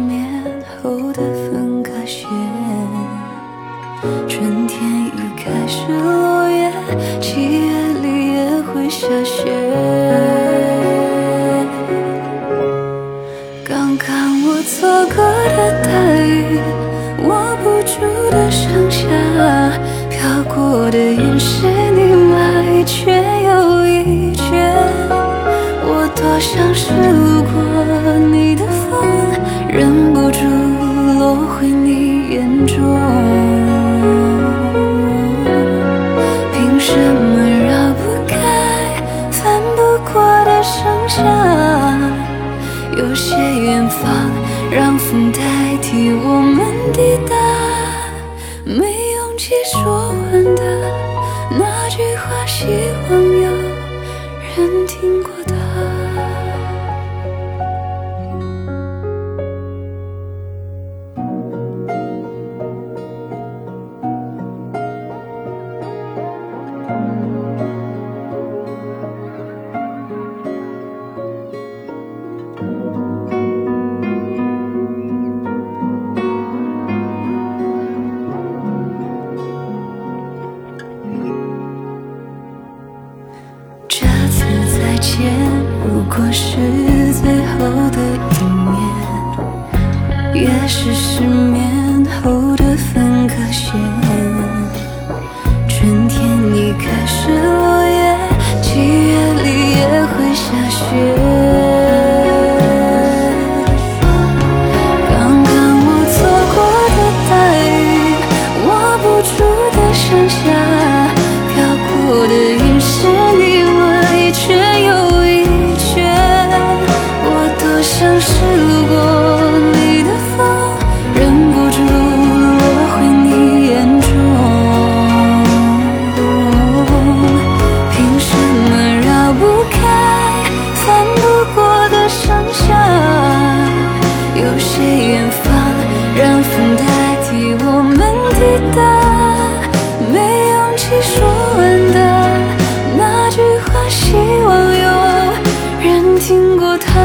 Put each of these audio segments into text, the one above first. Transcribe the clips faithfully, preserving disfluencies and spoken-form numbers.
眠后的分隔线。春天已开始落叶，七月里也会下雪。刚刚我错过的大雨，握不住的盛夏，飘过的云是你吗？一圈又一圈。我多想是路过你的风，忍不住落回你眼中。凭什么绕不开翻不过的盛夏？有些远方让风代替我们抵达，没勇气说完的那句话，希望有人听过它。这次再见，如果是最后的一面，也是失眠后的分隔线。春天已开始落叶，七月里也会下雪。刚刚我错过的大雨，握不住的盛夏，飘过的云是你一圈又一圈。我多想是路过你的风，忍不住落回你眼中。凭什么绕不开翻不过的盛夏？有些远方让风代替我们抵达，没勇气说完的那句话，希望有人听过它。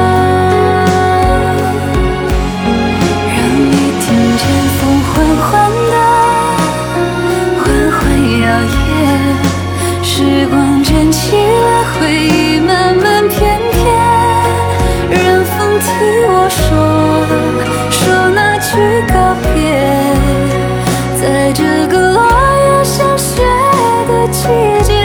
让你听见风缓缓地缓缓摇曳，时光卷起了回忆，慢慢翩翩。让风替我说说那句告别，在这个落叶下雪的季节。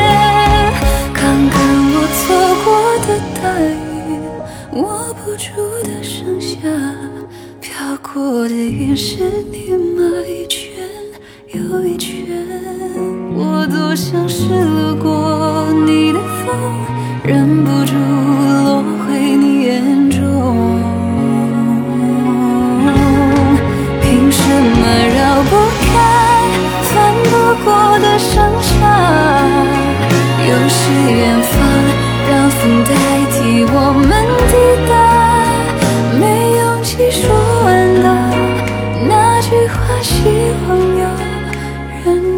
握不住的盛夏，飘过的云是你吗？一圈又一圈。我多想是路过你的风，忍不住落回你眼中。凭什么绕不开翻不过的盛夏？有些远方让风代替我们抵达，没勇气说完的那句话，希望有人